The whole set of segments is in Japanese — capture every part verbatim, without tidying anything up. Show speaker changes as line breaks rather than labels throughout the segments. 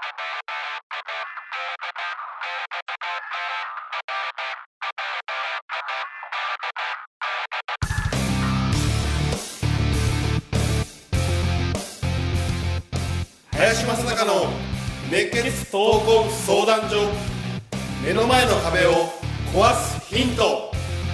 林正孝の熱血闘魂相談所。目の前の壁を壊すヒント。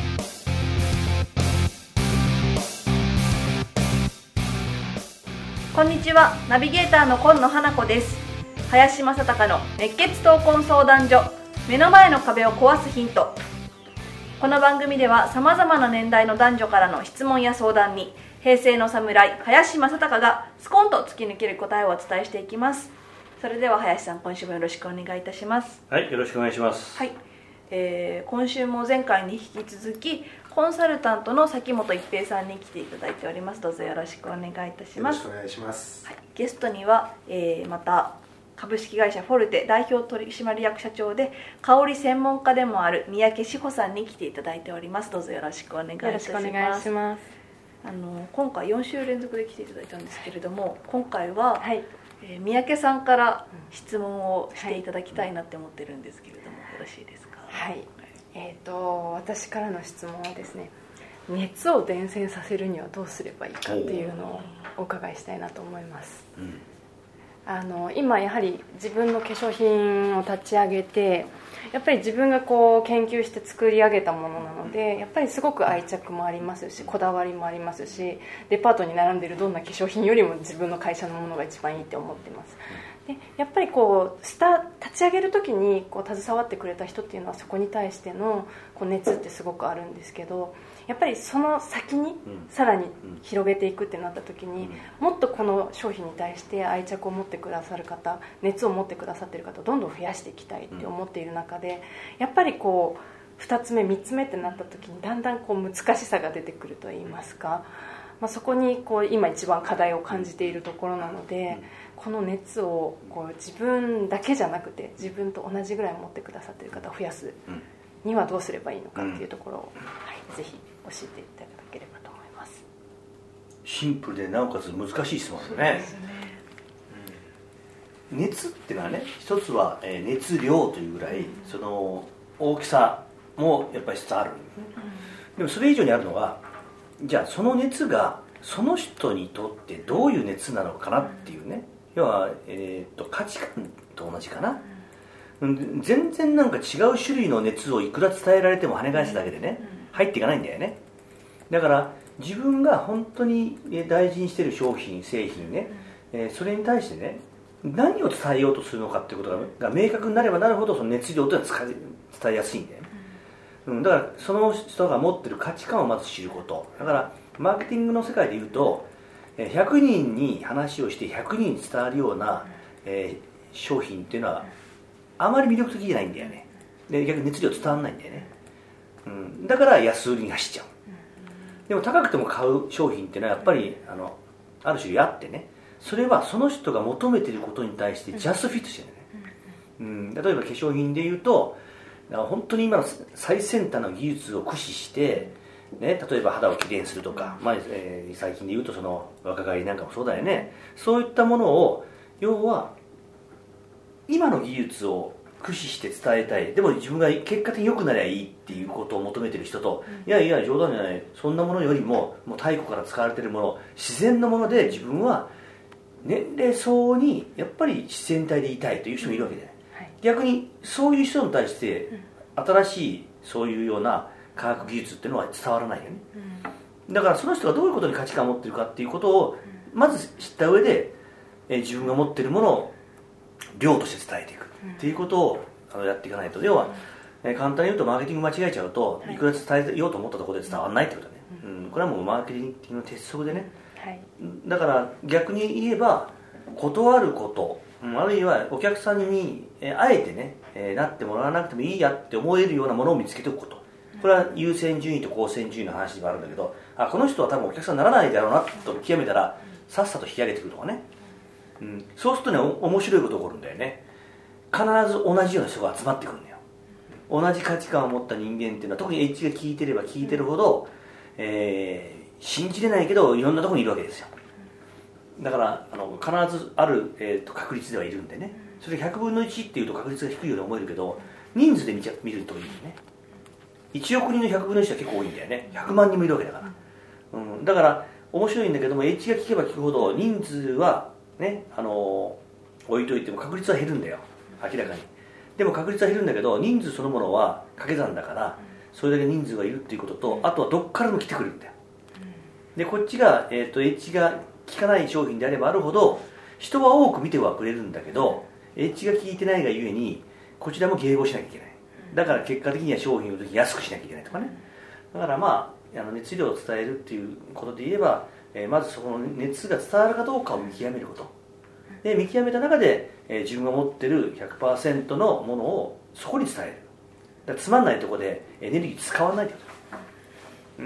こんにちは、ナビゲーターの今野花子です。林正孝の熱血闘魂相談所、目の前の壁を壊すヒント。この番組ではさまざまな年代の男女からの質問や相談に、平成の侍林正孝がスコンと突き抜ける答えをお伝えしていきます。それでは林さん、今週もよろしくお願いいたします。
はい、よろしくお願いします。
はい、えー、今週も前回に引き続きコンサルタントの崎本一平さんに来ていただいております。どうぞよろしくお願いいたします。
よろしくお願いします。
はい、ゲストには、えー、また株式会社フォルテ代表取締役社長で香り専門家でもある三宅志保さんに来ていただいております。どうぞよろしくお願いいたします。
よろしくお願いします。
あの今回よん週連続で来ていただいたんですけれども、今回は、
はい、
えー、三宅さんから質問をしていただきたいなって思ってるんですけれども、はい、よろしいですか？
はい、えーと私からの質問はですね、熱を伝染させるにはどうすればいいかっていうのをお伺いしたいなと思います。うん、あの今やはり自分の化粧品を立ち上げて、やっぱり自分がこう研究して作り上げたものなので、やっぱりすごく愛着もありますし、こだわりもありますし、デパートに並んでいるどんな化粧品よりも自分の会社のものが一番いいって思ってます。でやっぱりこうスタ立ち上げる時にこう携わってくれた人っていうのはそこに対してのこう熱ってすごくあるんですけど、やっぱりその先にさらに広げていくってなった時に、もっとこの商品に対して愛着を持ってくださる方、熱を持ってくださっている方をどんどん増やしていきたいって思っている中で、やっぱりこうふたつめみっつめってなった時にだんだんこう難しさが出てくるといいますか、まあ、そこにこう今一番課題を感じているところなので、この熱をこう自分だけじゃなくて自分と同じぐらい持ってくださっている方を増やすにはどうすればいいのかっていうところを、はい、ぜひ教えていただければと思います。
シンプルでなおかつ難しい質問ですね。うん、熱っていうのはね、一つは、えー、熱量というぐらい、うん、その大きさもやっぱり一つある。うん、でもそれ以上にあるのは、じゃあその熱がその人にとってどういう熱なのかなっていうね、要は、えー、と価値観と同じかな。うん、全然なんか違う種類の熱をいくら伝えられても跳ね返すだけでね、入っていかないんだよね。だから自分が本当に大事にしている商品製品ね、えー、それに対してね、何を伝えようとするのかっていうことが明確になればなるほど、その熱量というのは伝えやすいんだよね。うん、だからその人が持っている価値観をまず知ること。だからマーケティングの世界でいうと、ひゃくにんに話をしてひゃくにんに伝わるような、えー、商品っていうのはあまり魅力的じゃないんだよね。で逆に熱量伝わらないんだよね。うん、だから安売りに走っちゃう。でも高くても買う商品っていうのはやっぱり あのある種あってね、それはその人が求めていることに対してジャストフィットしてるね。うん、例えば化粧品でいうと、本当に今の最先端の技術を駆使して、ね、例えば肌をきれいにするとか、まあえー、最近でいうとその若返りなんかもそうだよね。そういったものを、要は今の技術を駆使して伝えたい、でも自分が結果的に良くなりゃいいっていうことを求めてる人と、いやいや冗談じゃない、そんなものよりももう太古から使われているもの、自然のもので自分は年齢相応にやっぱり自然体でいたいという人もいるわけじゃない。はい、逆にそういう人に対して新しいそういうような科学技術っていうのは伝わらないよね。うん、だからその人がどういうことに価値観を持っているかっていうことをまず知った上で、えー、自分が持っているものを量として伝えていくっていうことをあのやっていかないと、要は、えー、簡単に言うとマーケティング間違えちゃうと、いくら伝えようと思ったところで伝わらないってことね。うん、これはもうマーケティングの鉄則でね。はい、だから逆に言えば、断ること、あるいはお客さんに、えー、あえてね、えー、なってもらわなくてもいいやって思えるようなものを見つけておくこと。これは優先順位と高先順位の話でもあるんだけど、あ、この人は多分お客さんにならないだろうなと見極めたら、さっさと引き上げてくるとかね。うん、そうするとね、面白いこと起こるんだよね。必ず同じような人が集まってくるんだよ。同じ価値観を持った人間っていうのは、特にエッジが効いてれば効いてるほど、えー、信じれないけどいろんなところにいるわけですよ。だからあの必ずある、えー、と確率ではいるんでね、 それひゃくぶんのいちっていうと確率が低いように思えるけど、人数で見ちゃ見るといいよね。いちおくにんのひゃくぶんのいちは結構多いんだよね。ひゃくまんにんもいるわけだから、うん、だから面白いんだけども、エッジが効けば効くほど人数はね、あのー、置いといても確率は減るんだよ、明らかに。でも確率は減るんだけど、人数そのものは掛け算だから、それだけ人数がいるっていうことと、あとはどっからも来てくるんだよ。でこっちが、えーと、エッジが効かない商品であればあるほど人は多く見てはくれるんだけど、エッジが効いてないがゆえにこちらも迎合しなきゃいけない。だから結果的には商品を安くしなきゃいけないとかね。だからまあ、あの熱量を伝えるっていうことで言えば、えー、まずそこの熱が伝わるかどうかを見極めることで、見極めた中で、えー、自分が持ってる ひゃくパーセント のものをそこに伝える。だからつまんないところでエネルギー使わないってこと。うん、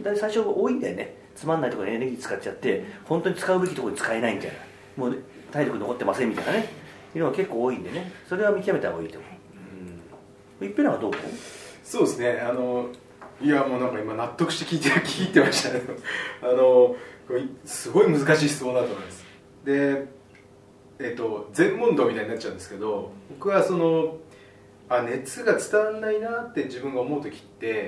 だ最初多いんだよね。つまんないところでエネルギー使っちゃって本当に使うべきところに使えないみたいな、もう体力残ってませんみたいなね、いうのが結構多いんでね、それは見極めた方がいいと思う。うん、一平はどう？
そうですね、あのいやもうなんか今納得して聞いて聞いてましたねあのすごい難しい質問だと思います。で、えっと、全問答みたいになっちゃうんですけど、僕はそのあ熱が伝わらないなって自分が思う時って、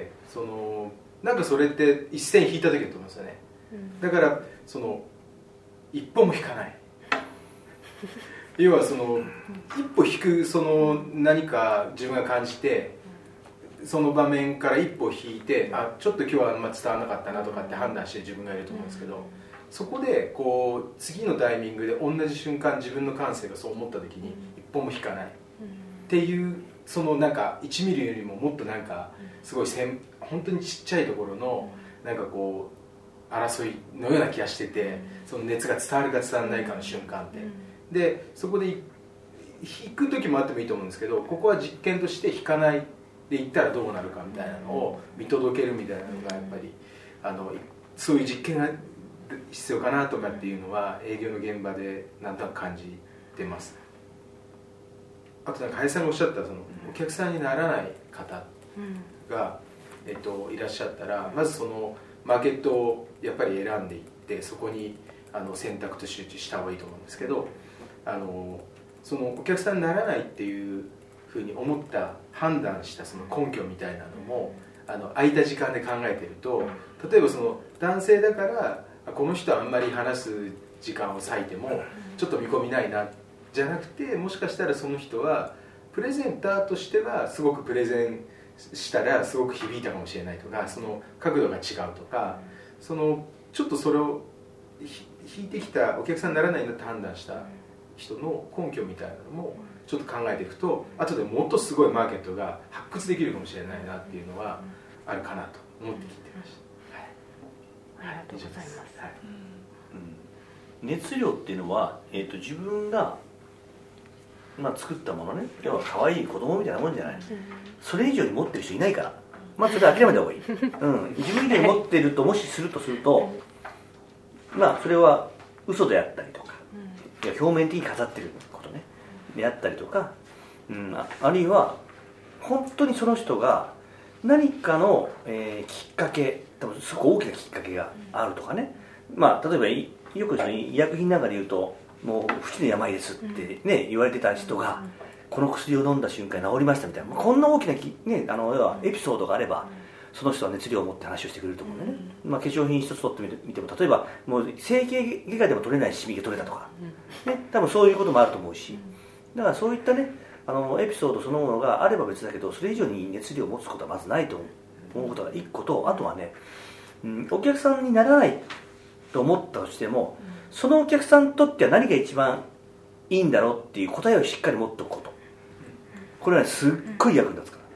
そのなんかそれって一線引いた時だと思うんですよね、うん、だからその一歩も引かない要はその一歩引く、その何か自分が感じてその場面から一歩引いて、あちょっと今日はあんま伝わらなかったなとかって判断してる自分がいると思うんですけど、そこでこう次のタイミングで同じ瞬間自分の感性がそう思った時に一歩も引かないっていう、そのなんかいちミリよりももっとなんかすごいせん本当にちっちゃいところのなんかこう争いのような気がしてて、その熱が伝わるか伝わらないかの瞬間って、でそこで引く時もあってもいいと思うんですけど、ここは実験として引かないでいったらどうなるかみたいなのを見届けるみたいなのがやっぱりあのそういう実験が必要かなとかっていうのは営業の現場でなんとなく感じてます。あとなんか林さんがおっしゃったそのお客さんにならない方が、えっと、いらっしゃったら、まずそのマーケットをやっぱり選んでいって、そこにあの選択と集中した方がいいと思うんですけど、あのそのお客さんにならないっていうふうに思った判断したその根拠みたいなのもあの空いた時間で考えてると、例えばその男性だからこの人はあんまり話す時間を割いてもちょっと見込みないなじゃなくて、もしかしたらその人はプレゼンターとしてはすごくプレゼンしたらすごく響いたかもしれないとか、その角度が違うとか、そのちょっとそれを引いてきたお客さんにならないなって判断した人の根拠みたいなのもちょっと考えていくと、後でもっとすごいマーケットが発掘できるかもしれないなっていうのはあるかなと思って聞いてました、はい、
ありがとうございます、はい、
うん、熱量っていうのは、えーと、自分がまあ、作ったものね、要は可愛い子供みたいなもんじゃない、うん、それ以上に持ってる人いないから、まあそれ諦めた方がいい、うん、自分以上に持ってるともしするとすると、まあそれは嘘であったりとか、いや表面的に飾ってることねであったりとか、うん、あ, あるいは本当にその人が何かの、えー、きっかけ、多分すごく大きなきっかけがあるとかね、まあ例えばよくその医薬品なんかで言うともう不治の病ですってね、言われてた人がこの薬を飲んだ瞬間に治りましたみたいな、こんな大きなき、ね、あの要はエピソードがあればその人は熱量を持って話をしてくれると思うんでね、まあ、化粧品一つ取ってみても、例えばもう整形外科でも取れないシミが取れたとか、ね、多分そういうこともあると思うし、だからそういったねあのエピソードそのものがあれば別だけど、それ以上に熱量を持つことはまずないと思うことが一個と、あとはね、うん、お客さんにならないと思ったとしても、そのお客さんにとっては何が一番いいんだろうっていう答えをしっかり持っておくこと、これは、ね、すっごい役に立つから。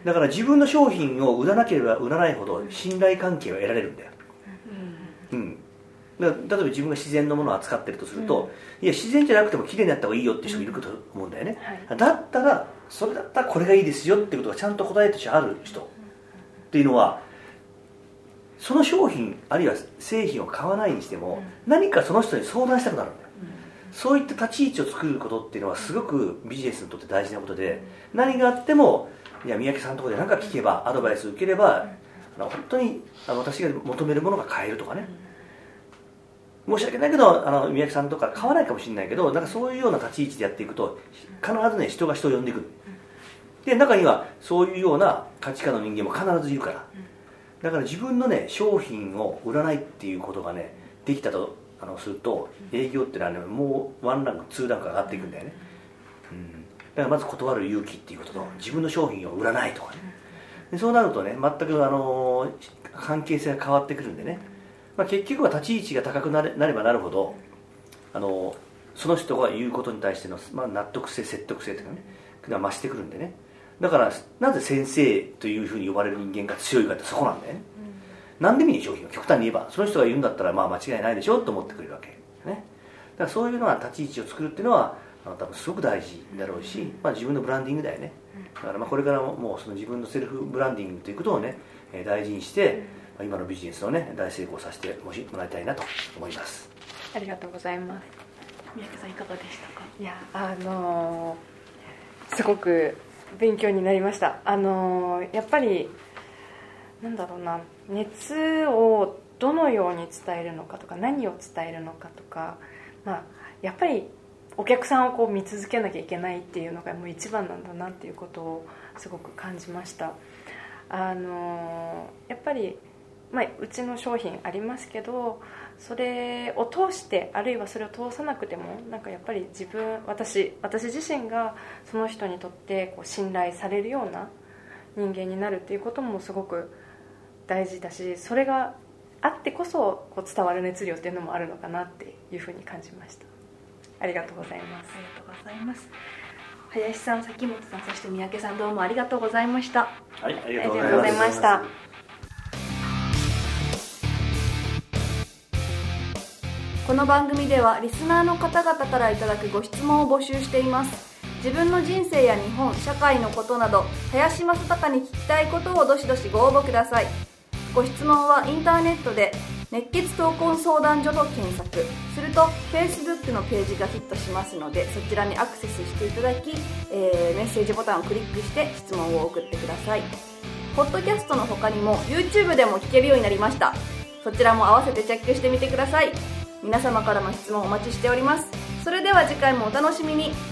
だから自分の商品を売らなければ売らないほど信頼関係を得られるんだよ、うん、だから例えば自分が自然のものを扱ってるとすると、いや自然じゃなくても綺麗になった方がいいよって人がいると思うんだよね、だったらそれだったらこれがいいですよってことがちゃんと答えとしてある人っていうのは、その商品あるいは製品を買わないにしても何かその人に相談したくなるんだよ。そういった立ち位置を作ることっていうのはすごくビジネスにとって大事なことで、何があってもいや三宅さんのところで何か聞けばアドバイスを受ければ本当に私が求めるものが買えるとかね、 申し訳ないけどあの宮城さんとか買わないかもしれないけどなんかそういうような立ち位置でやっていくと必ずね人が人を呼んでくる。で中にはそういうような価値観の人間も必ずいるから、だから自分のね商品を売らないっていうことがねできたとあのすると営業ってのはねもうワンランクツーランク上がっていくんだよね、うん、だからまず断る勇気っていうことと自分の商品を売らないとかね、でそうなるとね全くあの関係性が変わってくるんでね、まあ、結局は立ち位置が高くな れ, なればなるほどあのその人が言うことに対しての、まあ、納得性説得性というかねが増してくるんでね、だからなぜ先生というふうに呼ばれる人間が強いかってそこなんだよね、うん、何でもいい商品を極端に言えばその人が言うんだったらまあ間違いないでしょと思ってくれるわけね。だからそういうのは立ち位置を作るっていうのはあの多分すごく大事だろうし、まあ、自分のブランディングだよね。だからまあこれからももうその自分のセルフブランディングということをね大事にして、まあ、今のビジネスをね大成功させてもらいたいなと思います。
ありがとうございます。
三宅さんいかがでしたか？
いやあのー、すごく勉強になりました。あのー、やっぱりなんだろうな、熱をどのように伝えるのかとか何を伝えるのかとか、まあ、やっぱりお客さんをこう見続けなきゃいけないっていうのがもう一番なんだなっていうことをすごく感じました。あのー、やっぱり、まあ、うちの商品ありますけどそれを通してあるいはそれを通さなくてもなんかやっぱり自分 私, 私自身がその人にとってこう信頼されるような人間になるっていうこともすごく大事だし、それがあってこそこう伝わる熱量っていうのもあるのかなっていうふうに感じました。ありがとうございます。
ありがとうございます。林さん、崎本さん、そして三宅さん、どうもありがとうございました。
はい、ありがとう
ございました。
この番組ではリスナーの方々からいただくご質問を募集しています。自分の人生や日本、社会のことなど林正孝に聞きたいことをどしどしご応募ください。ご質問はインターネットで熱血闘魂相談所と検索すると Facebook のページがヒットしますので、そちらにアクセスしていただき、えー、メッセージボタンをクリックして質問を送ってください。ポッドキャストの他にも YouTube でも聞けるようになりました。そちらも合わせてチェックしてみてください。皆様からの質問お待ちしております。それでは次回もお楽しみに。